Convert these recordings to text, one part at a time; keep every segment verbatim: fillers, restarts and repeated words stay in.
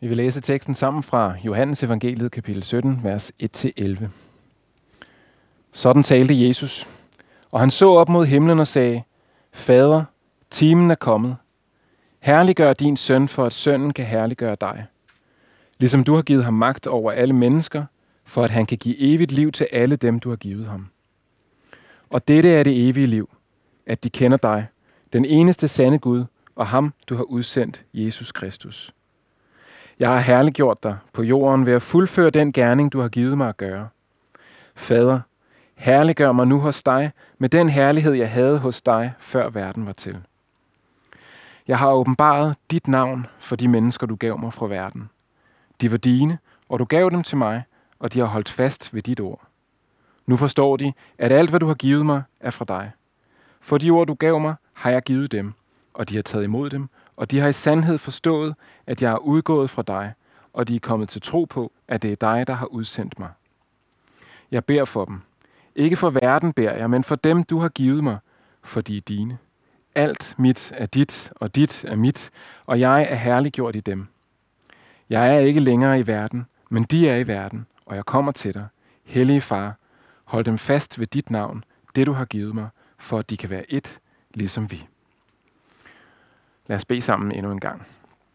Vi vil læse teksten sammen fra Johannes evangeliet, kapitel sytten, vers et til elleve. Sådan talte Jesus, og han så op mod himlen og sagde, Fader, timen er kommet. Herliggør din søn, for at sønnen kan herliggøre dig. Ligesom du har givet ham magt over alle mennesker, for at han kan give evigt liv til alle dem, du har givet ham. Og dette er det evige liv, at de kender dig, den eneste sande Gud, og ham, du har udsendt, Jesus Kristus. Jeg har herliggjort dig på jorden ved at fuldføre den gerning, du har givet mig at gøre. Fader, herliggør mig nu hos dig med den herlighed, jeg havde hos dig, før verden var til. Jeg har åbenbaret dit navn for de mennesker, du gav mig fra verden. De var dine, og du gav dem til mig, og de har holdt fast ved dit ord. Nu forstår de, at alt, hvad du har givet mig, er fra dig. For de ord, du gav mig, har jeg givet dem, og de har taget imod dem, og de har i sandhed forstået, at jeg er udgået fra dig, og de er kommet til tro på, at det er dig, der har udsendt mig. Jeg beder for dem. Ikke for verden beder jeg, men for dem, du har givet mig, for de er dine. Alt mit er dit, og dit er mit, og jeg er herliggjort i dem. Jeg er ikke længere i verden, men de er i verden, og jeg kommer til dig. Hellige Far, hold dem fast ved dit navn, det du har givet mig, for at de kan være ét, ligesom vi. Lad os bede sammen endnu en gang.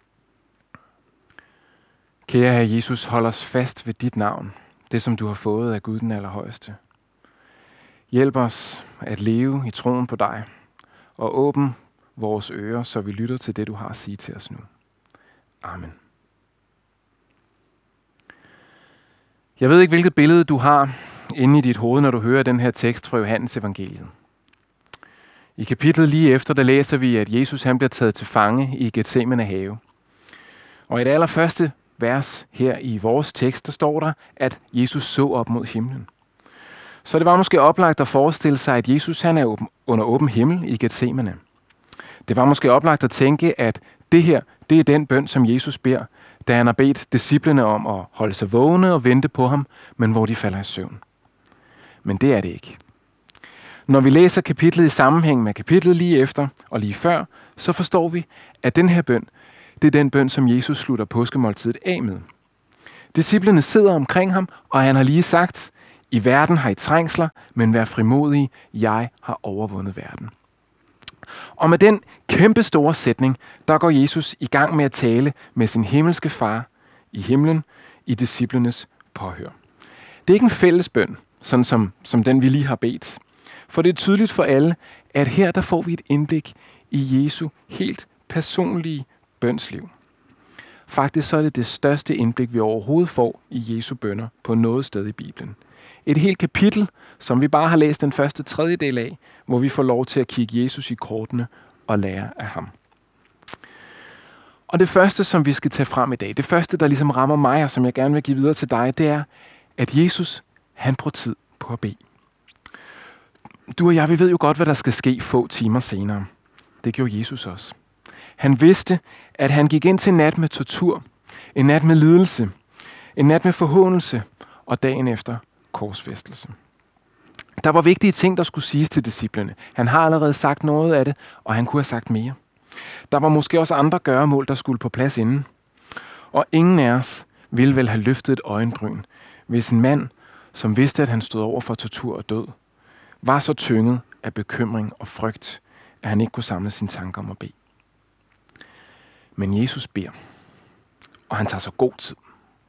Kære Herre Jesus, hold os fast ved dit navn, det som du har fået af Gud den allerhøjeste. Hjælp os at leve i troen på dig, og åbn vores ører, så vi lytter til det, du har at sige til os nu. Amen. Jeg ved ikke, hvilket billede du har inde i dit hoved, når du hører den her tekst fra Johannes evangeliet. I kapitlet lige efter, der læser vi, at Jesus han bliver taget til fange i Getsemane have. Og i det allerførste vers her i vores tekst, der står der, at Jesus så op mod himlen. Så det var måske oplagt at forestille sig, at Jesus han er under åben himmel i Getsemane. Det var måske oplagt at tænke, at det her, det er den bøn, som Jesus beder, da han har bedt disciplene om at holde sig vågne og vente på ham, men hvor de falder i søvn. Men det er det ikke. Når vi læser kapitlet i sammenhæng med kapitlet lige efter og lige før, så forstår vi, at den her bøn, det er den bøn, som Jesus slutter påskemåltidet af med. Disciplene sidder omkring ham, og han har lige sagt, i verden har I trængsler, men vær frimodige, jeg har overvundet verden. Og med den kæmpe store sætning, der går Jesus i gang med at tale med sin himmelske far i himlen i disciplenes påhør. Det er ikke en fælles bøn, sådan som, som den vi lige har bedt. For det er tydeligt for alle, at her der får vi et indblik i Jesu helt personlige bønsliv. Faktisk så er det det største indblik, vi overhovedet får i Jesu bønner på noget sted i Bibelen. Et helt kapitel, som vi bare har læst den første tredjedel af, hvor vi får lov til at kigge Jesus i kortene og lære af ham. Og det første, som vi skal tage frem i dag, det første, der ligesom rammer mig, og som jeg gerne vil give videre til dig, det er, at Jesus, han bruger tid på at bede. Du og jeg, vi ved jo godt, hvad der skal ske få timer senere. Det gjorde Jesus også. Han vidste, at han gik ind til en nat med tortur, en nat med lidelse, en nat med forhånelse, og dagen efter korsfæstelse. Der var vigtige ting, der skulle siges til disciplene. Han har allerede sagt noget af det, og han kunne have sagt mere. Der var måske også andre gøremål, der skulle på plads inden. Og ingen af os ville vel have løftet et øjenbryn, hvis en mand, som vidste, at han stod over for tortur og død, var så tynget af bekymring og frygt, at han ikke kunne samle sine tanker om at bede. Men Jesus beder, og han tager så god tid.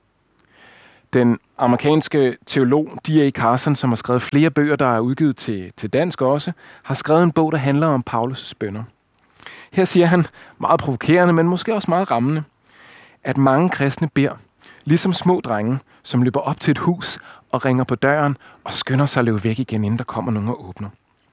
Den amerikanske teolog D A Carson, som har skrevet flere bøger, der er udgivet til, til dansk også, har skrevet en bog, der handler om Paulus' bønner. Her siger han, meget provokerende, men måske også meget rammende, at mange kristne beder, ligesom små drenge, som løber op til et hus og ringer på døren og skynder sig at løbe væk igen, inden der kommer nogen og åbner.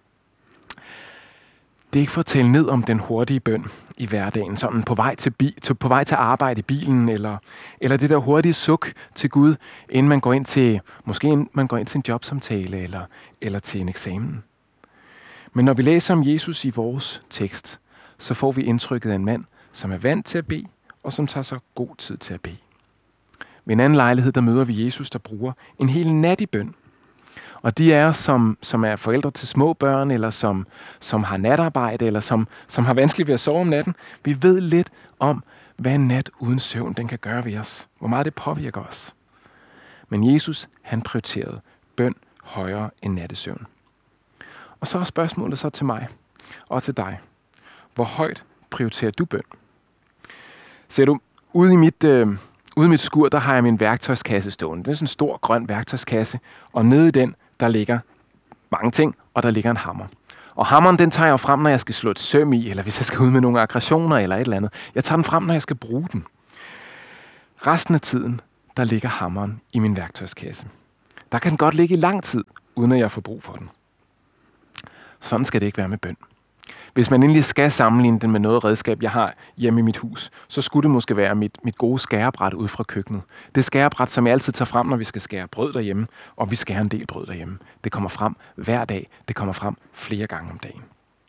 Det er ikke for at tale ned om den hurtige bøn i hverdagen, sådan på vej til, bi- til, på vej til arbejde i bilen, eller, eller det der hurtige suk til Gud, inden man går ind til, måske inden man går ind til en jobsamtale, eller, eller til en eksamen. Men når vi læser om Jesus i vores tekst, så får vi indtrykket af en mand, som er vant til at bede, og som tager sig god tid til at bede. Ved en anden lejlighed, der møder vi Jesus, der bruger en hel nat i bøn. Og de af os, som, som er forældre til små børn, eller som, som har natarbejde, eller som, som har vanskeligt ved at sove om natten, vi ved lidt om, hvad en nat uden søvn den kan gøre ved os. Hvor meget det påvirker os. Men Jesus, han prioriterede bøn højere end nattesøvn. Og så er spørgsmålet så til mig og til dig. Hvor højt prioriterer du bøn? Ser du, ude i mit, øh, ude i mit skur, der har jeg min værktøjskasse stående. Det er sådan en stor grøn værktøjskasse, og nede i den, der ligger mange ting, og der ligger en hammer. Og hammeren, den tager jeg frem, når jeg skal slå et søm i, eller hvis jeg skal ud med nogle aggressioner eller et eller andet. Jeg tager den frem, når jeg skal bruge den. Resten af tiden, der ligger hammeren i min værktøjskasse. Der kan den godt ligge i lang tid, uden at jeg får brug for den. Sådan skal det ikke være med bøn. Hvis man endelig skal sammenligne den med noget redskab, jeg har hjemme i mit hus, så skulle det måske være mit, mit gode skærebræt ud fra køkkenet. Det skærebræt, som jeg altid tager frem, når vi skal skære brød derhjemme, og vi skærer en del brød derhjemme. Det kommer frem hver dag. Det kommer frem flere gange om dagen.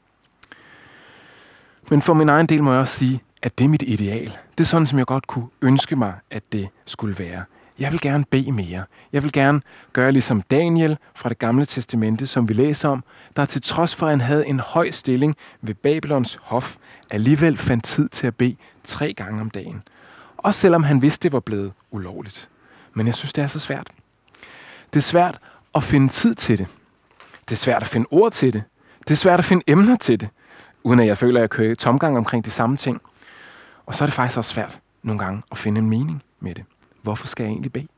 Men for min egen del må jeg også sige, at det er mit ideal. Det er sådan, som jeg godt kunne ønske mig, at det skulle være. Jeg vil gerne bede mere. Jeg vil gerne gøre ligesom Daniel fra det gamle testamente, som vi læser om, der til trods for, at han havde en høj stilling ved Babylons hof, alligevel fandt tid til at bede tre gange om dagen. Også selvom han vidste, det var blevet ulovligt. Men jeg synes, det er så svært. Det er svært at finde tid til det. Det er svært at finde ord til det. Det er svært at finde emner til det, uden at jeg føler, at jeg kører tomgang omkring de samme ting. Og så er det faktisk også svært nogle gange at finde en mening med det. Hvorfor skal jeg egentlig bede?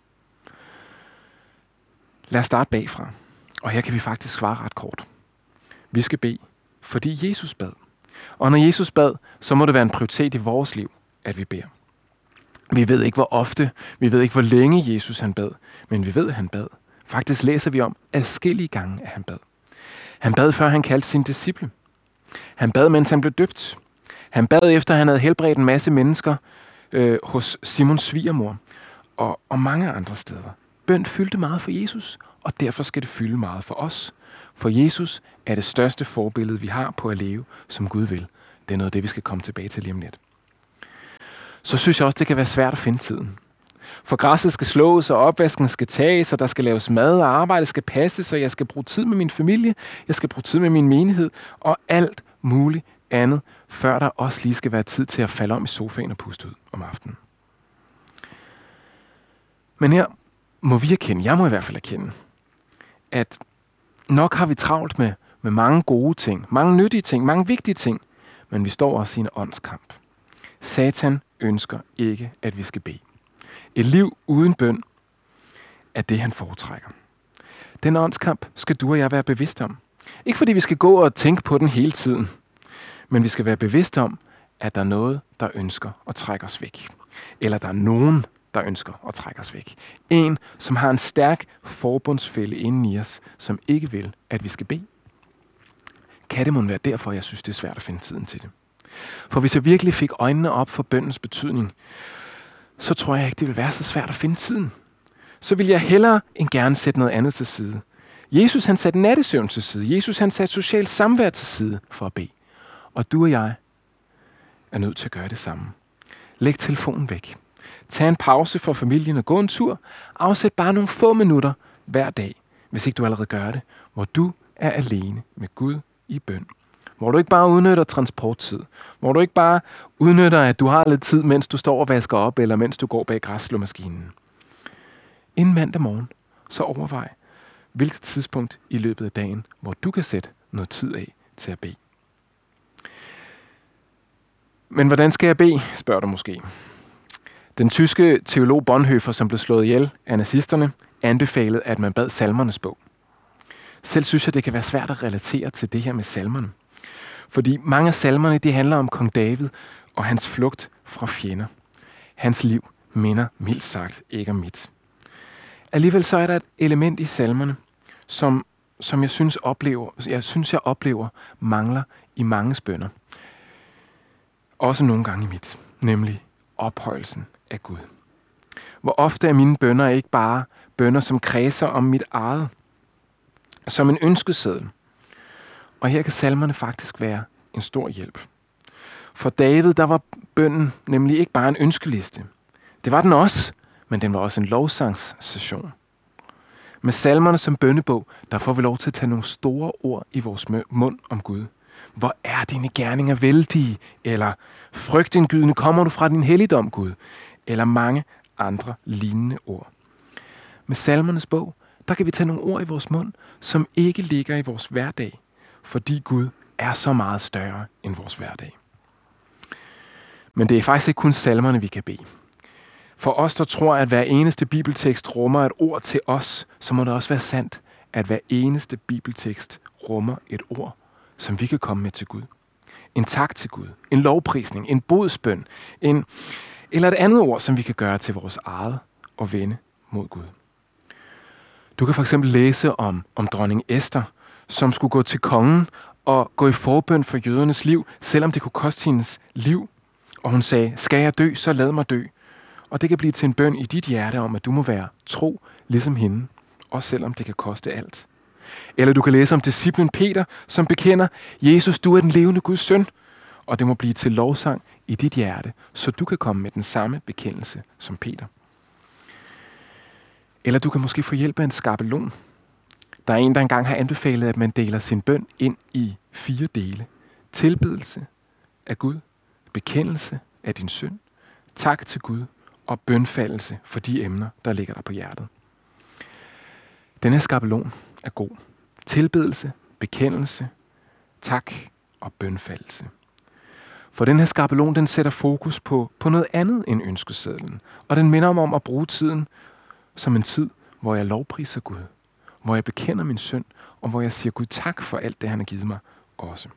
Lad os starte bagfra. Og her kan vi faktisk svare ret kort. Vi skal bede, fordi Jesus bad. Og når Jesus bad, så må det være en prioritet i vores liv, at vi beder. Vi ved ikke, hvor ofte, vi ved ikke, hvor længe Jesus han bad, men vi ved, at han bad. Faktisk læser vi om adskillige gange, at han bad. Han bad, før han kaldte sine disciple. Han bad, mens han blev døbt. Han bad, efter han havde helbredt en masse mennesker øh, hos Simons svigermor og, og mange andre steder. Bøn fyldte meget for Jesus, og derfor skal det fylde meget for os. For Jesus er det største forbillede, vi har på at leve, som Gud vil. Det er noget af det, vi skal komme tilbage til lige om lidt. Så synes jeg også, det kan være svært at finde tiden. For græsset skal slås, og opvasken skal tages, og der skal laves mad, og arbejdet skal passes, og jeg skal bruge tid med min familie, jeg skal bruge tid med min menighed, og alt muligt andet, før der også lige skal være tid til at falde om i sofaen og puste ud om aftenen. Men her må vi erkende, jeg må i hvert fald erkende, at nok har vi travlt med, med mange gode ting, mange nyttige ting, mange vigtige ting, men vi står også i en åndskamp. Satan ønsker ikke, at vi skal bede. Et liv uden bøn er det, han foretrækker. Den åndskamp skal du og jeg være bevidst om. Ikke fordi vi skal gå og tænke på den hele tiden, men vi skal være bevidst om, at der er noget, der ønsker at trække os væk. Eller der er nogen, der ønsker at trække os væk. En, som har en stærk forbundsfælle inden i os, som ikke vil, at vi skal bede. Kan det mon være derfor, jeg synes, det er svært at finde tiden til det? For hvis jeg virkelig fik øjnene op for bønnens betydning, så tror jeg ikke, det vil være så svært at finde tiden. Så vil jeg hellere end gerne sætte noget andet til side. Jesus han satte nattesøvn til side. Jesus han satte socialt samvær til side for at bede. Og du og jeg er nødt til at gøre det samme. Læg telefonen væk. Tag en pause for familien og gå en tur. Afsæt bare nogle få minutter hver dag, hvis ikke du allerede gør det, hvor du er alene med Gud i bøn. Hvor du ikke bare udnytter transporttid. Hvor du ikke bare udnytter, at du har lidt tid, mens du står og vasker op, eller mens du går bag græsslåmaskinen. Inden mandag morgen, så overvej, hvilket tidspunkt i løbet af dagen, hvor du kan sætte noget tid af til at bede. Men hvordan skal jeg bede, spørger du måske. Den tyske teolog Bonhoeffer, som blev slået ihjel af nazisterne, anbefalede, at man bad salmernes bog. Selv synes jeg, det kan være svært at relatere til det her med salmerne. Fordi mange af salmerne, de handler om kong David og hans flugt fra fjender. Hans liv minder mildt sagt ikke om mit. Alligevel så er der et element i salmerne, som, som jeg, synes oplever, jeg synes, jeg oplever mangler i manges bønner. Også nogle gange i mit, nemlig ophøjelsen af Gud. Hvor ofte er mine bønner ikke bare bønner, som kredser om mit eget, som en ønskeseddel. Og her kan salmerne faktisk være en stor hjælp. For David, der var bønnen nemlig ikke bare en ønskeliste. Det var den også, men den var også en lovsangssession. Med salmerne som bønnebog, der får vi lov til at tage nogle store ord i vores mund om Gud. hvor er dine gerninger vældige, eller frygtindgydende kommer du fra din helligdom, Gud, eller mange andre lignende ord. Med Salmernes bog, der kan vi tage nogle ord i vores mund, som ikke ligger i vores hverdag, fordi Gud er så meget større end vores hverdag. Men det er faktisk ikke kun salmerne, vi kan bede. For os, der tror, at hver eneste bibeltekst rummer et ord til os, så må det også være sandt, at hver eneste bibeltekst rummer et ord, som vi kan komme med til Gud. En tak til Gud, en lovprisning, en bodsbøn, en, eller et andet ord, som vi kan gøre til vores eget og vende mod Gud. Du kan for eksempel læse om, om dronning Esther, som skulle gå til kongen og gå i forbøn for jødernes liv, selvom det kunne koste hendes liv. Og hun sagde, skal jeg dø, så lad mig dø. Og det kan blive til en bøn i dit hjerte om, at du må være tro ligesom hende, også selvom det kan koste alt. Eller du kan læse om disciplen Peter, som bekender, Jesus, du er den levende Guds søn. Og det må blive til lovsang i dit hjerte, så du kan komme med den samme bekendelse som Peter. Eller du kan måske få hjælp af en skabelon. Der er en, der engang har anbefalet, at man deler sin bøn ind i fire dele. Tilbedelse af Gud, bekendelse af din synd, tak til Gud og bønfaldelse for de emner, der ligger der på hjertet. Den her skabelon er god. Tilbedelse, bekendelse, tak og bønfaldelse. For den her skabelon, den sætter fokus på, på noget andet end ønskesedlen. Og den minder om, om at bruge tiden som en tid, hvor jeg lovpriser Gud, hvor jeg bekender min synd, og hvor jeg siger Gud tak for alt det, han har givet mig også.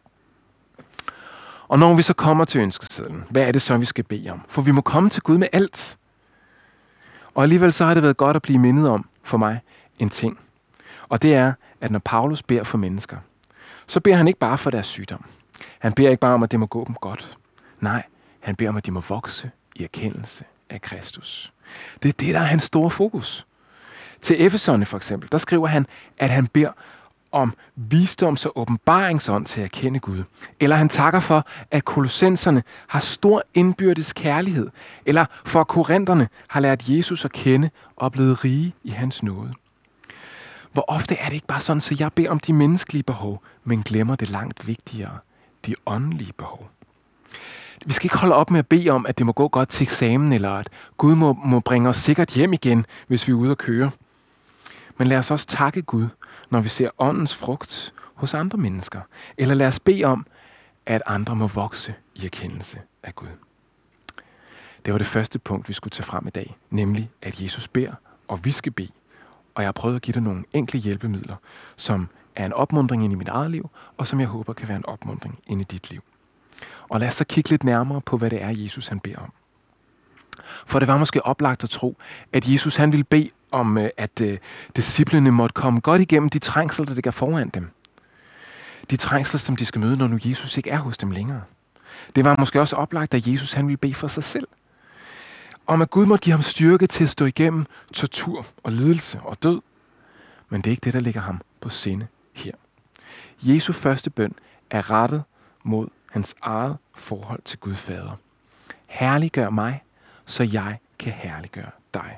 Og når vi så kommer til ønskesedlen, hvad er det så, vi skal bede om? For vi må komme til Gud med alt. Og alligevel så har det været godt at blive mindet om, for mig, en ting. Og det er, at når Paulus beder for mennesker, så beder han ikke bare for deres sygdom. Han beder ikke bare om, at det må gå dem godt. Nej, han beder om, at de må vokse i erkendelse af Kristus. Det er det, der er hans store fokus. Til Efeserne for eksempel, der skriver han, at han beder om visdoms- og åbenbaringsånd til at kende Gud. Eller han takker for, at kolossenserne har stor indbyrdes kærlighed. Eller for at korinterne har lært Jesus at kende og er blevet rige i hans nåde. Hvor ofte er det ikke bare sådan, så jeg beder om de menneskelige behov, men glemmer det langt vigtigere, de åndelige behov. Vi skal ikke holde op med at bede om, at det må gå godt til eksamen, eller at Gud må, må bringe os sikkert hjem igen, hvis vi er ude at køre. Men lad os også takke Gud, når vi ser åndens frugt hos andre mennesker. Eller lad os bede om, at andre må vokse i erkendelse af Gud. Det var det første punkt, vi skulle tage frem i dag, nemlig at Jesus beder, og vi skal bede. Og jeg har prøvet at give dig nogle enkle hjælpemidler, som er en opmuntring ind i mit eget liv, og som jeg håber kan være en opmuntring ind i dit liv. Og lad os så kigge lidt nærmere på, hvad det er, Jesus han beder om. For det var måske oplagt at tro, at Jesus han ville bede om, at uh, disciplene måtte komme godt igennem de trængsler, der ligger foran dem. De trængsler, som de skal møde, når nu Jesus ikke er hos dem længere. Det var måske også oplagt, at Jesus han ville bede for sig selv. Om at Gud måtte give ham styrke til at stå igennem tortur og lidelse og død. Men det er ikke det, der ligger ham på sinde her. Jesu første bøn er rettet mod hans eget forhold til Gud Fader. Herliggør mig, så jeg kan herliggøre dig.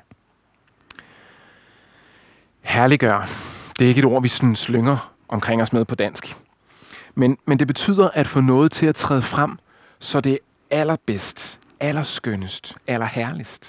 Herliggør, det er ikke et ord, vi sådan slynger omkring os med på dansk. Men, men det betyder at få noget til at træde frem, så det er allerbedst, allerskønnest, allerherligst.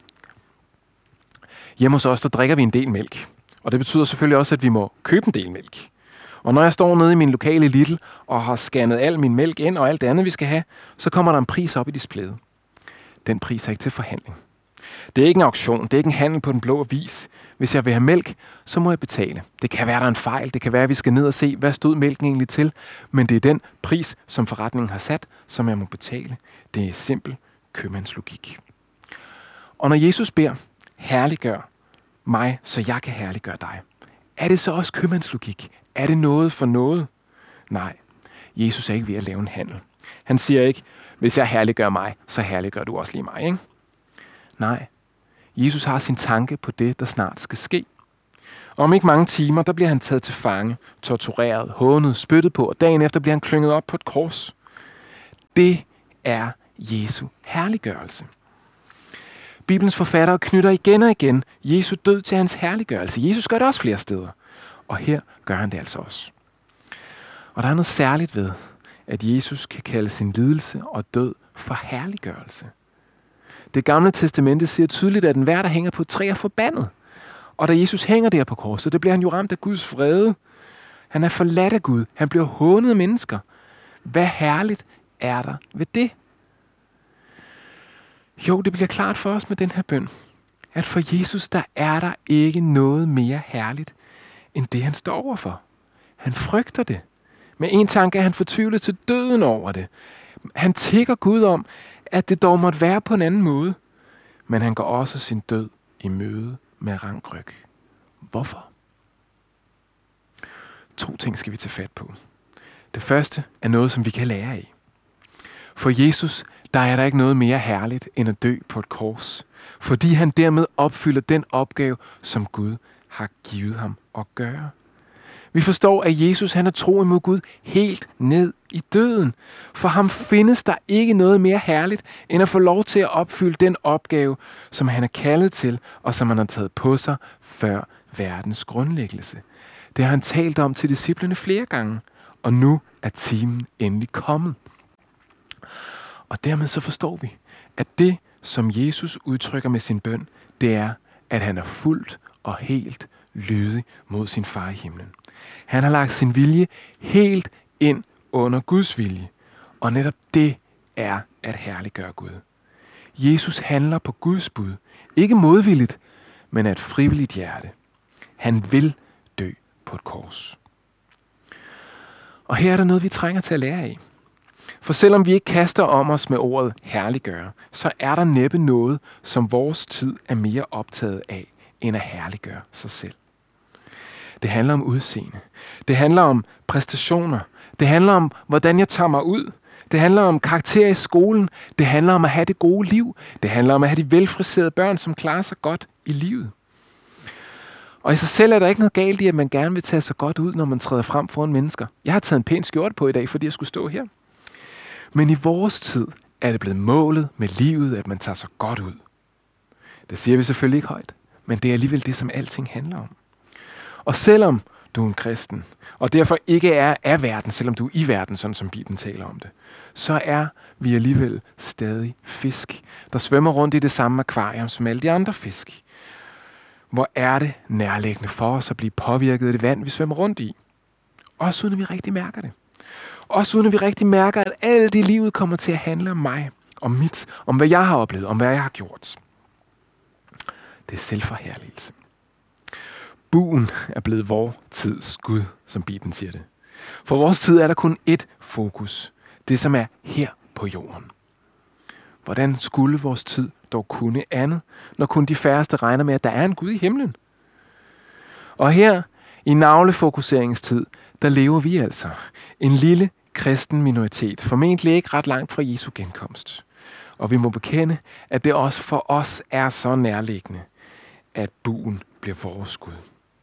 Hjemme hos os, der drikker vi en del mælk. Og det betyder selvfølgelig også, at vi må købe en del mælk. Og når jeg står nede i min lokale Lidl og har scannet al min mælk ind og alt det andet, vi skal have, så kommer der en pris op i displayet. Den pris er ikke til forhandling. Det er ikke en auktion, det er ikke en handel på den blå avis. Hvis jeg vil have mælk, så må jeg betale. Det kan være, der er en fejl, det kan være, at vi skal ned og se, hvad stod mælken egentlig til. Men det er den pris, som forretningen har sat, som jeg må betale. Det er simpel købmandslogik. Og når Jesus beder, herliggør mig, så jeg kan herliggøre dig. Er det så også købmandslogik? Er det noget for noget? Nej, Jesus er ikke ved at lave en handel. Han siger ikke, hvis jeg herliggør mig, så herliggør du også lige mig, ikke? Nej, Jesus har sin tanke på det, der snart skal ske. Og om ikke mange timer, der bliver han taget til fange, tortureret, hånet, spyttet på, og dagen efter bliver han klynget op på et kors. Det er Jesu herliggørelse. Bibelens forfattere knytter igen og igen Jesu død til hans herliggørelse. Jesus gør det også flere steder. Og her gør han det altså også. Og der er noget særligt ved, at Jesus kan kalde sin lidelse og død for herliggørelse. Det gamle testamente siger tydeligt, at enhver, der hænger på et træ, er forbandet. Og da Jesus hænger der på korset, der bliver han jo ramt af Guds vrede. Han er forladt af Gud. Han bliver hånet af mennesker. Hvad herligt er der ved det? Jo, det bliver klart for os med den her bøn, at for Jesus, der er der ikke noget mere herligt, end det han står overfor. Han frygter det. Med en tanke er han fortvivlet til døden over det. Han tigger Gud om, at det dog måtte være på en anden måde. Men han går også sin død i møde med rank ryg. Hvorfor? To ting skal vi tage fat på. Det første er noget, som vi kan lære af. For Jesus, der er der ikke noget mere herligt, end at dø på et kors. Fordi han dermed opfylder den opgave, som Gud har givet ham at gøre. Vi forstår, at Jesus han er tro imod Gud helt ned i døden. For ham findes der ikke noget mere herligt, end at få lov til at opfylde den opgave, som han er kaldet til, og som han har taget på sig før verdens grundlæggelse. Det har han talt om til disciplene flere gange, og nu er timen endelig kommet. Og dermed så forstår vi, at det, som Jesus udtrykker med sin bøn, det er, at han er fuldt og helt lydig mod sin far i himlen. Han har lagt sin vilje helt ind under Guds vilje, og netop det er at herliggøre Gud. Jesus handler på Guds bud, ikke modvilligt, men af et frivilligt hjerte. Han vil dø på et kors. Og her er der noget, vi trænger til at lære af. For selvom vi ikke kaster om os med ordet herliggøre, så er der næppe noget, som vores tid er mere optaget af, end at herliggøre sig selv. Det handler om udseende. Det handler om præstationer. Det handler om, hvordan jeg tager mig ud. Det handler om karakterer i skolen. Det handler om at have det gode liv. Det handler om at have de velfriserede børn, som klarer sig godt i livet. Og i sig selv er der ikke noget galt i, at man gerne vil tage sig godt ud, når man træder frem foran mennesker. Jeg har taget en pæn skjorte på i dag, fordi jeg skulle stå her. Men i vores tid er det blevet målet med livet, at man tager sig godt ud. Det siger vi selvfølgelig ikke højt, men det er alligevel det, som alting handler om. Og selvom du er en kristen, og derfor ikke er af verden, selvom du er i verden, sådan som Bibelen taler om det, så er vi alligevel stadig fisk, der svømmer rundt i det samme akvarium som alle de andre fisk. Hvor er det nærliggende for os at blive påvirket af det vand, vi svømmer rundt i? Også uden at vi rigtig mærker det. Også uden at vi rigtig mærker, at alt i livet kommer til at handle om mig, om mit, om hvad jeg har oplevet, om hvad jeg har gjort. Det er selvforherligelse. Buen er blevet vor tids Gud, som Bibelen siger det. For vores tid er der kun ét fokus. Det, som er her på jorden. Hvordan skulle vores tid dog kunne andet, når kun de færreste regner med, at der er en Gud i himlen? Og her, i navlefokuseringstid, der lever vi altså. En lille kristen minoritet, formentlig ikke ret langt fra Jesu genkomst. Og vi må bekende, at det også for os er så nærliggende, at buen bliver vores Gud.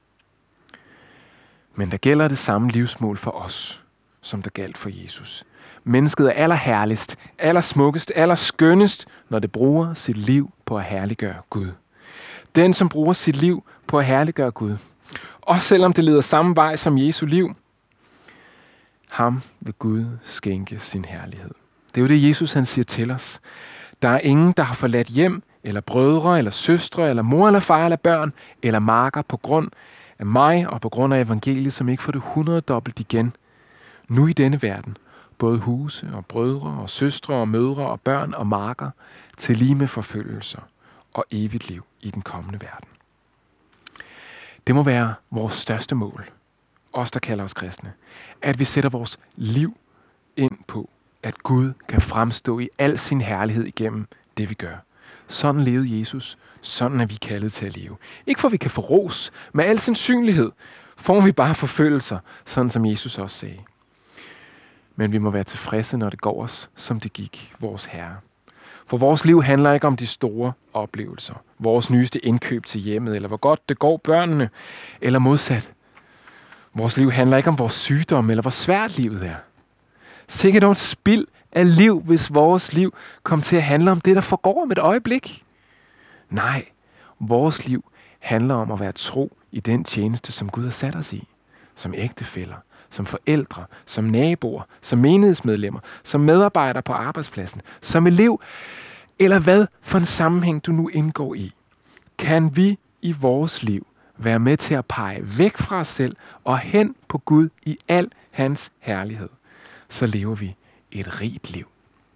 Men der gælder det samme livsmål for os, som der galt for Jesus. Mennesket er allerherligst, allersmukkest, allerskønnest, når det bruger sit liv på at herliggøre Gud. Den, som bruger sit liv på at herliggøre Gud, også selvom det leder samme vej som Jesu liv, ham vil Gud skænke sin herlighed. Det er jo det, Jesus han siger til os. Der er ingen, der har forladt hjem, eller brødre, eller søstre, eller mor, eller far, eller børn, eller marker på grund af mig og på grund af evangeliet, som ikke får det hundreddobbelt igen. Nu i denne verden, både huse og brødre og søstre og mødre og børn og marker, til lige med forfølgelser og evigt liv i den kommende verden. Det må være vores største mål, os der kalder os kristne, at vi sætter vores liv ind på, at Gud kan fremstå i al sin herlighed igennem det, vi gør. Sådan levede Jesus, sådan er vi kaldet til at leve. Ikke for vi kan få ros, med al sandsynlighed får vi bare forfølgelser, sådan som Jesus også sagde. Men vi må være tilfredse, når det går os, som det gik vores Herre. For vores liv handler ikke om de store oplevelser, vores nyeste indkøb til hjemmet, eller hvor godt det går børnene, eller modsat. Vores liv handler ikke om vores sygdom, eller hvor svært livet er. Sikkert dog et spild af liv, hvis vores liv kom til at handle om det, der forgår om et øjeblik. Nej, vores liv handler om at være tro i den tjeneste, som Gud har sat os i. Som ægtefæller, som forældre, som naboer, som menighedsmedlemmer, som medarbejdere på arbejdspladsen, som elev, eller hvad for en sammenhæng du nu indgår i, kan vi i vores liv være med til at pege væk fra os selv og hen på Gud i al hans herlighed. Så lever vi et rigt liv.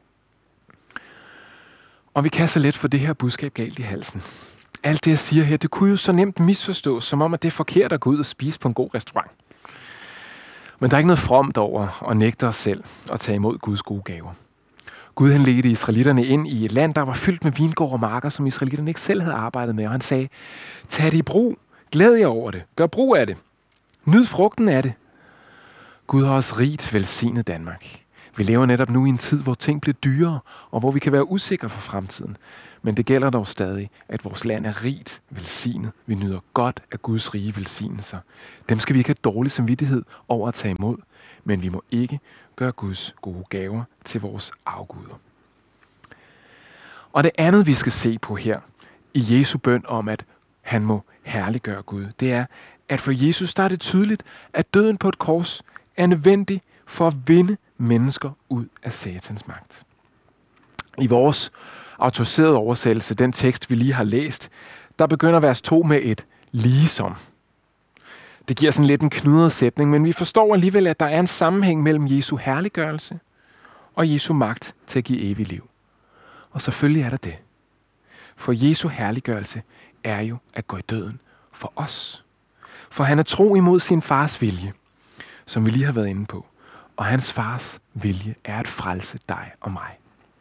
Og vi kaster let for det her budskab galt i halsen. Alt det, jeg siger her, det kunne jo så nemt misforstås, som om at det er forkert at gå ud og spise på en god restaurant. Men der er ikke noget fromt over at nægte os selv og tage imod Guds gode gaver. Gud han ledte israelitterne ind i et land, der var fyldt med vingård og marker, som israelitterne ikke selv havde arbejdet med. Og han sagde, tag det i brug, glæd jer over det, gør brug af det, nyd frugten af det. Gud har også rigt velsignet Danmark. Vi lever netop nu i en tid, hvor ting bliver dyrere, og hvor vi kan være usikre for fremtiden. Men det gælder dog stadig, at vores land er rigt velsignet. Vi nyder godt af Guds rige velsignelser. Dem skal vi ikke have dårlig samvittighed over at tage imod, men vi må ikke gøre Guds gode gaver til vores afguder. Og det andet, vi skal se på her i Jesu bøn om, at han må herliggøre Gud, det er, at for Jesus der er det tydeligt, at døden på et kors er nødvendig for at vinde mennesker ud af satans magt. I vores autoriserede oversættelse, den tekst, vi lige har læst, der begynder vers to med et ligesom. Det giver sådan lidt en knudret sætning, men vi forstår alligevel, at der er en sammenhæng mellem Jesu herliggørelse og Jesu magt til at give evig liv. Og selvfølgelig er der det. For Jesu herliggørelse er jo at gå i døden for os. For han er tro imod sin fars vilje, som vi lige har været inde på. Og hans fars vilje er at frelse dig og mig.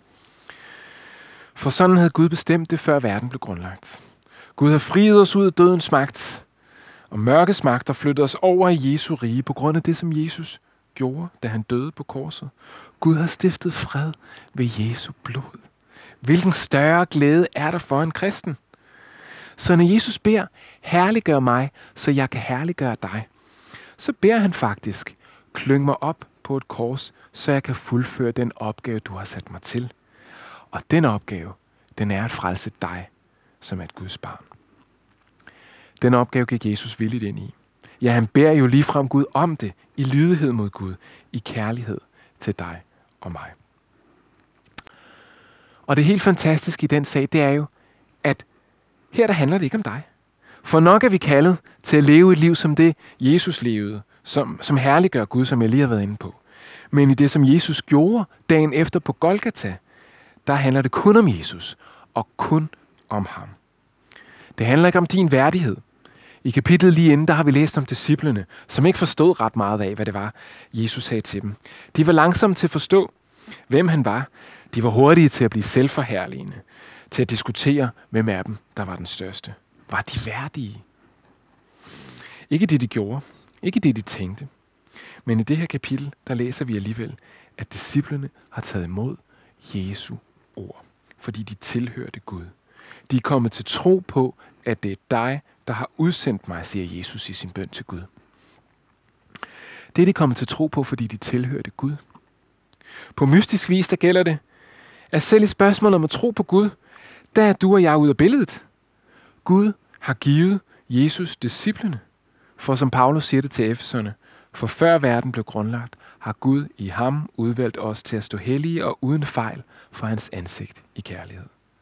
For sådan havde Gud bestemt det, før verden blev grundlagt. Gud har friet os ud af dødens magt, og mørkets magt har flyttet os over i Jesu rige på grund af det, som Jesus gjorde, da han døde på korset. Gud har stiftet fred ved Jesu blod. Hvilken større glæde er der for en kristen? Så når Jesus beder, herliggør mig, så jeg kan herliggøre dig, så beder han faktisk, klyng mig op på et kors, så jeg kan fuldføre den opgave, du har sat mig til. Og den opgave, den er at frelse dig, som er et Guds barn. Den opgave gik Jesus villigt ind i. Ja, han beder jo ligefrem Gud om det, i lydighed mod Gud, i kærlighed til dig og mig. Og det helt fantastiske i den sag, det er jo, at her der handler det ikke om dig. For nok er vi kaldet til at leve et liv som det, Jesus levede, som, som herliggør Gud, som jeg lige har været inde på. Men i det, som Jesus gjorde dagen efter på Golgata, der handler det kun om Jesus, og kun om ham. Det handler ikke om din værdighed. I kapitlet lige inden, der har vi læst om disciplene, som ikke forstod ret meget af, hvad det var, Jesus sagde til dem. De var langsomme til at forstå, hvem han var. De var hurtige til at blive selvforherligende, til at diskutere, hvem af dem, der var den største. Var de værdige? Ikke det, de gjorde. Ikke det, de tænkte. Men i det her kapitel, der læser vi alligevel, at disciplene har taget imod Jesu ord, fordi de tilhørte Gud. De er kommet til tro på, at det er dig, der har udsendt mig, siger Jesus i sin bøn til Gud. Det er de kommet til tro på, fordi de tilhørte Gud. På mystisk vis, der gælder det, at selv i spørgsmålet om at tro på Gud, der er du og jeg ude af billedet. Gud har givet Jesus disciplene. For som Paulus siger det til Efeserne, for før verden blev grundlagt, har Gud i ham udvalgt os til at stå hellige og uden fejl for hans ansigt i kærlighed.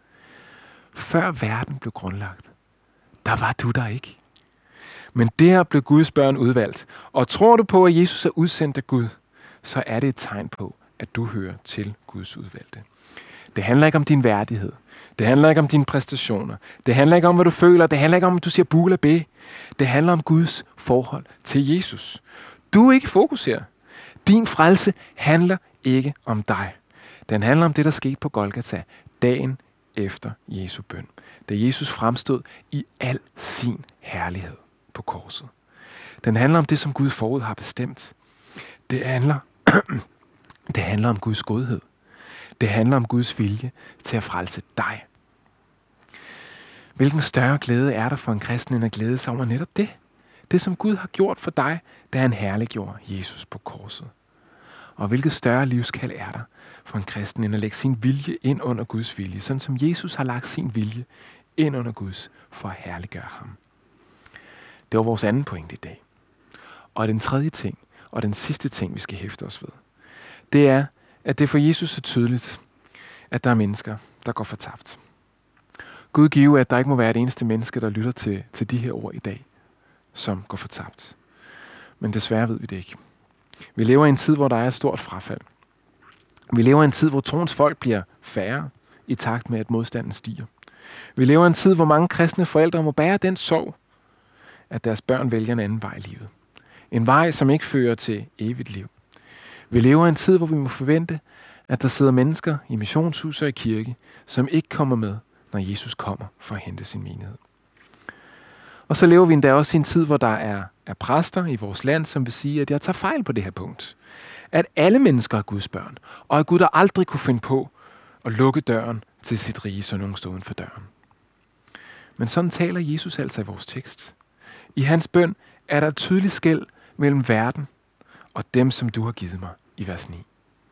Før verden blev grundlagt, der var du der ikke. Men der blev Guds børn udvalgt. Og tror du på, at Jesus er udsendt af Gud, så er det et tegn på, at du hører til Guds udvalgte. Det handler ikke om din værdighed. Det handler ikke om dine præstationer. Det handler ikke om, hvad du føler. Det handler ikke om, at du siger bu eller bæ. Det handler om Guds forhold til Jesus. Du er ikke fokus her. Din frelse handler ikke om dig. Den handler om det, der skete på Golgata dagen efter Jesu bøn. Da Jesus fremstod i al sin herlighed på korset. Den handler om det, som Gud forud har bestemt. Det handler, det handler om Guds godhed. Det handler om Guds vilje til at frelse dig. Hvilken større glæde er der for en kristen, end at glæde sig over netop det? Det, som Gud har gjort for dig, da han herliggjorde Jesus på korset. Og hvilket større livskald er der for en kristen, end at lægge sin vilje ind under Guds vilje, sådan som Jesus har lagt sin vilje ind under Guds for at herliggøre ham. Det var vores anden pointe i dag. Og den tredje ting, og den sidste ting, vi skal hæfte os ved, det er, at det for Jesus er tydeligt, at der er mennesker, der går fortabt. Gud give, at der ikke må være et eneste menneske, der lytter til, til de her ord i dag, som går fortabt. Men desværre ved vi det ikke. Vi lever i en tid, hvor der er et stort frafald. Vi lever i en tid, hvor troens folk bliver færre i takt med, at modstanden stiger. Vi lever i en tid, hvor mange kristne forældre må bære den sorg, at deres børn vælger en anden vej i livet. En vej, som ikke fører til evigt liv. Vi lever i en tid, hvor vi må forvente, at der sidder mennesker i missionshus og i kirke, som ikke kommer med, når Jesus kommer for at hente sin menighed. Og så lever vi endda også i en tid, hvor der er, er præster i vores land, som vil sige, at jeg tager fejl på det her punkt. At alle mennesker er Guds børn, og at Gud der aldrig kunne finde på at lukke døren til sit rige, så nogen stod uden for døren. Men sådan taler Jesus altså i vores tekst. I hans bøn er der et tydeligt skel mellem verden og dem, som du har givet mig, i vers ni.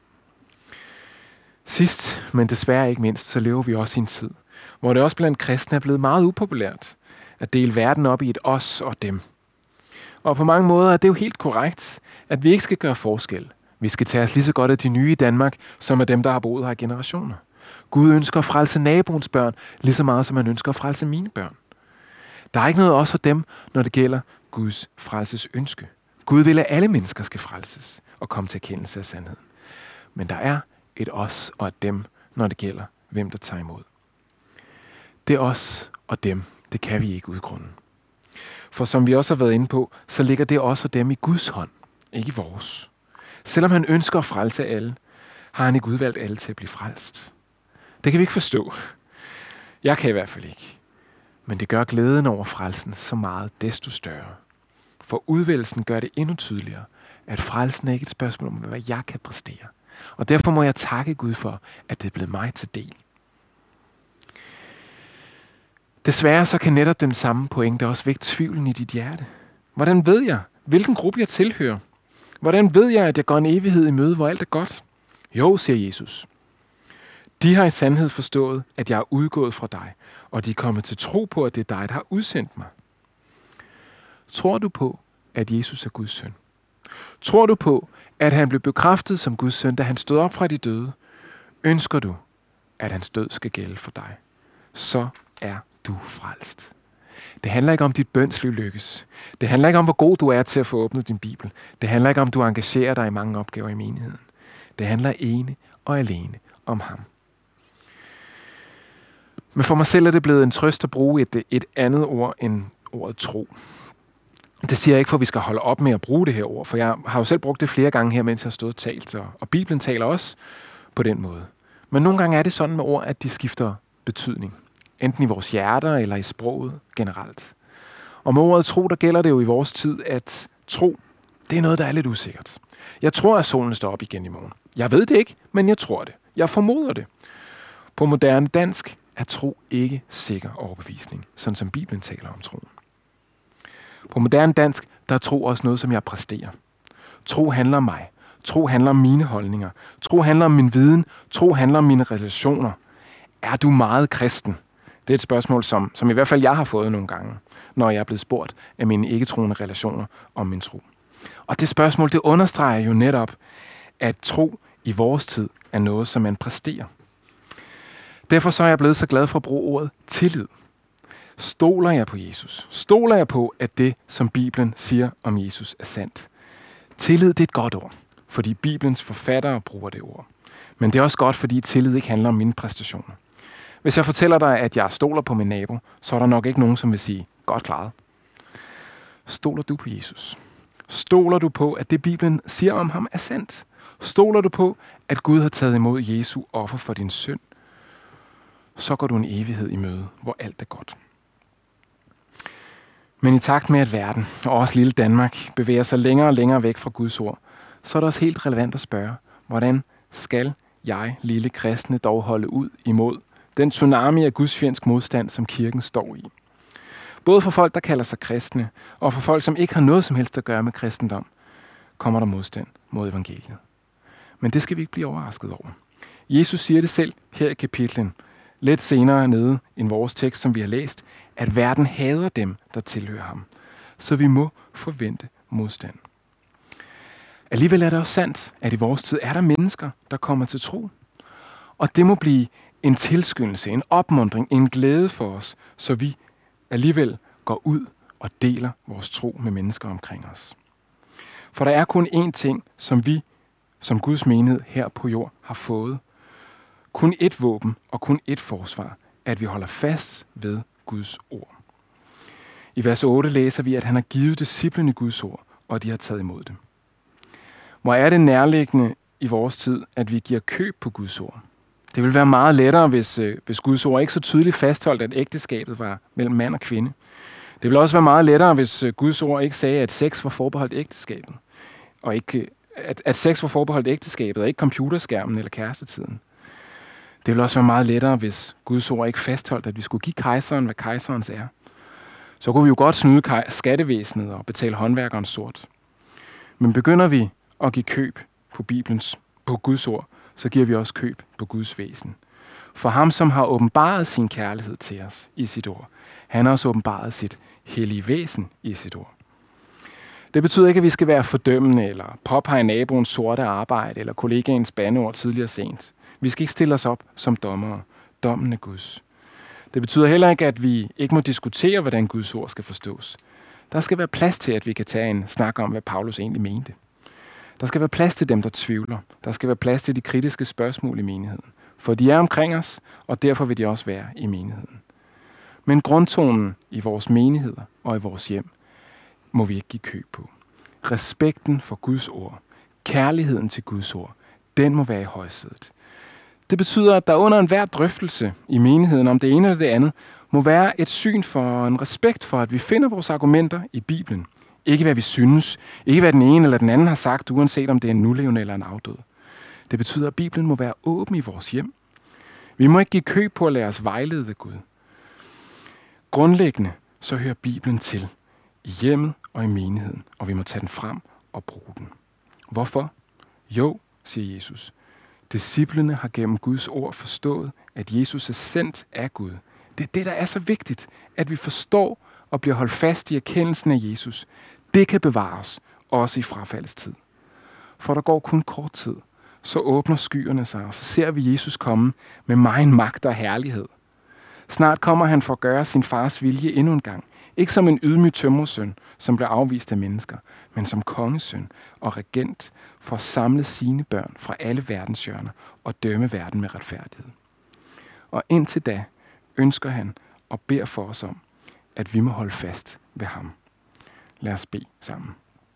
Sidst, men desværre ikke mindst, så lever vi også i en tid, hvor det også blandt kristne er blevet meget upopulært at dele verden op i et os og dem. Og på mange måder er det jo helt korrekt, at vi ikke skal gøre forskel. Vi skal tage os lige så godt af de nye i Danmark, som er dem, der har boet her i generationer. Gud ønsker at frelse naboens børn, lige så meget som han ønsker at frelse mine børn. Der er ikke noget os og dem, når det gælder Guds frelses ønske. Gud vil, at alle mennesker skal frelses og komme til erkendelse af sandheden. Men der er et os og et dem, når det gælder, hvem der tager imod. Det os og dem, det kan vi ikke udgrunde. For som vi også har været inde på, så ligger det os og dem i Guds hånd, ikke i vores. Selvom han ønsker at frelse alle, har han ikke udvalgt alle til at blive frelst. Det kan vi ikke forstå. Jeg kan i hvert fald ikke. Men det gør glæden over frelsen så meget desto større. For udvælgelsen gør det endnu tydeligere, at frelsen er ikke et spørgsmål om, hvad jeg kan præstere. Og derfor må jeg takke Gud for, at det er blevet mig til del. Desværre så kan netop den samme pointe også vække tvivlen i dit hjerte. Hvordan ved jeg, hvilken gruppe jeg tilhører? Hvordan ved jeg, at jeg går en evighed i møde, hvor alt er godt? Jo, siger Jesus. De har i sandhed forstået, at jeg er udgået fra dig, og de er kommet til tro på, at det er dig, der har udsendt mig. Tror du på, at Jesus er Guds søn? Tror du på, at han blev bekræftet som Guds søn, da han stod op fra de døde? Ønsker du, at hans død skal gælde for dig? Så er du frelst. Det handler ikke om, dit bønsliv lykkes. Det handler ikke om, hvor god du er til at få åbnet din bibel. Det handler ikke om, du engagerer dig i mange opgaver i menigheden. Det handler ene og alene om ham. Men for mig selv er det blevet en trøst at bruge et, et andet ord end ordet tro. Det siger jeg ikke, for vi skal holde op med at bruge det her ord, for jeg har jo selv brugt det flere gange her, mens jeg har stået og talt, og, og Bibelen taler også på den måde. Men nogle gange er det sådan med ord, at de skifter betydning. Enten i vores hjerter eller i sproget generelt. Og med ordet tro, der gælder det jo i vores tid, at tro, det er noget, der er lidt usikkert. Jeg tror, at solen står op igen i morgen. Jeg ved det ikke, men jeg tror det. Jeg formoder det. På moderne dansk er tro ikke sikker overbevisning, sådan som Bibelen taler om troen. På moderne dansk, der er tro også noget, som jeg præsterer. Tro handler om mig. Tro handler om mine holdninger. Tro handler om min viden. Tro handler om mine relationer. Er du meget kristen? Det er et spørgsmål, som, som i hvert fald jeg har fået nogle gange, når jeg er blevet spurgt af mine ikke-troende relationer om min tro. Og det spørgsmål, det understreger jo netop, at tro i vores tid er noget, som man præsterer. Derfor så er jeg blevet så glad for at bruge ordet tillid. Stoler jeg på Jesus? Stoler jeg på, at det, som Bibelen siger om Jesus, er sandt? Tillid, det er et godt ord, fordi Bibelens forfattere bruger det ord. Men det er også godt, fordi tillid ikke handler om mine præstationer. Hvis jeg fortæller dig, at jeg stoler på min nabo, så er der nok ikke nogen, som vil sige, godt klaret. Stoler du på Jesus? Stoler du på, at det Bibelen siger om ham er sandt? Stoler du på, at Gud har taget imod Jesu offer for din synd? Så går du en evighed i møde, hvor alt er godt. Men i takt med, at verden, og også lille Danmark, bevæger sig længere og længere væk fra Guds ord, så er det også helt relevant at spørge, hvordan skal jeg, lille kristne, dog holde ud imod den tsunami af gudsfjendsk modstand, som kirken står i? Både for folk, der kalder sig kristne, og for folk, som ikke har noget som helst at gøre med kristendom, kommer der modstand mod evangeliet. Men det skal vi ikke blive overrasket over. Jesus siger det selv her i kapitlen, lidt senere nede i vores tekst, som vi har læst, at verden hader dem, der tilhører ham. Så vi må forvente modstand. Alligevel er det også sandt, at i vores tid er der mennesker, der kommer til tro. Og det må blive en tilskyndelse, en opmuntring, en glæde for os, så vi alligevel går ud og deler vores tro med mennesker omkring os. For der er kun én ting, som vi som Guds menighed her på jord har fået. Kun ét våben og kun ét forsvar, at vi holder fast ved Guds ord. I vers otte læser vi, at han har givet disciplene Guds ord, og de har taget imod det. Hvor er det nærliggende i vores tid, at vi giver køb på Guds ord? Det vil være meget lettere, hvis, hvis Guds ord ikke så tydeligt fastholdt, at ægteskabet var mellem mand og kvinde. Det vil også være meget lettere, hvis Guds ord ikke sagde, at sex var forbeholdt ægteskabet, og ikke, at, at sex var forbeholdt ægteskabet, og ikke computerskærmen eller kærestetiden. Det vil også være meget lettere, hvis Guds ord ikke fastholdt, at vi skulle give kejseren, hvad kejserens er. Så kunne vi jo godt snyde skattevæsenet og betale håndværkeren sort. Men begynder vi at give køb på Bibelens, på Guds ord, så giver vi også køb på Guds væsen. For ham, som har åbenbaret sin kærlighed til os i sit ord, han har også åbenbaret sit hellige væsen i sit ord. Det betyder ikke, at vi skal være fordømmende eller påpege naboens sorte arbejde eller kollegaens bandeord tidligere sent. Vi skal ikke stille os op som dommere. Dommen er Guds. Det betyder heller ikke, at vi ikke må diskutere, hvordan Guds ord skal forstås. Der skal være plads til, at vi kan tage en snak om, hvad Paulus egentlig mente. Der skal være plads til dem, der tvivler. Der skal være plads til de kritiske spørgsmål i menigheden. For de er omkring os, og derfor vil de også være i menigheden. Men grundtonen i vores menigheder og i vores hjem må vi ikke give køb på. Respekten for Guds ord, kærligheden til Guds ord, den må være i højsædet. Det betyder, at der under enhver drøftelse i menigheden om det ene eller det andet, må være et syn for en respekt for, at vi finder vores argumenter i Bibelen. Ikke hvad vi synes, ikke hvad den ene eller den anden har sagt, uanset om det er en nulevende eller en afdød. Det betyder, at Bibelen må være åben i vores hjem. Vi må ikke give køb på at lade os vejlede af Gud. Grundlæggende så hører Bibelen til i hjemmet og i menigheden, og vi må tage den frem og bruge den. Hvorfor? Jo, siger Jesus. Disciplene har gennem Guds ord forstået, at Jesus er sendt af Gud. Det er det, der er så vigtigt, at vi forstår og bliver holdt fast i erkendelsen af Jesus. Det kan bevare os, også i frafaldets tid. For der går kun kort tid, så åbner skyerne sig, og så ser vi Jesus komme med megen magt og herlighed. Snart kommer han for at gøre sin fars vilje endnu en gang. Ikke som en ydmyg tømrersøn, som bliver afvist af mennesker, men som kongesøn og regent for at samle sine børn fra alle verdens hjørner og dømme verden med retfærdighed. Og indtil da ønsker han og beder for os om, at vi må holde fast ved ham. Lad os bede sammen.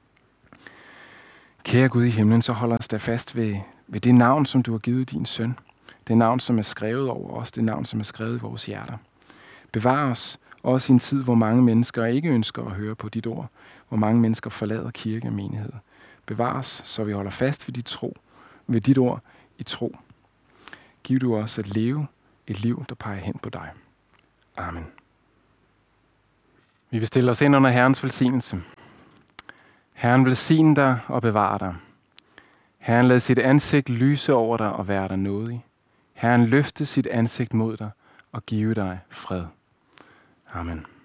Kære Gud i himlen, så hold os da fast ved, ved det navn, som du har givet din søn. Det navn, som er skrevet over os. Det navn, som er skrevet i vores hjerter. Bevar os også i en tid, hvor mange mennesker ikke ønsker at høre på dit ord. Hvor mange mennesker forlader kirke og menighed. Bevar os, så vi holder fast ved dit tro, ved dit ord i tro. Giv du os at leve et liv, der peger hen på dig. Amen. Vi vil stille os ind under Herrens velsignelse. Herren velsigne dig og bevare dig. Herren lad sit ansigt lyse over dig og være dig nådig. Herren løfte sit ansigt mod dig og give dig fred. Amen.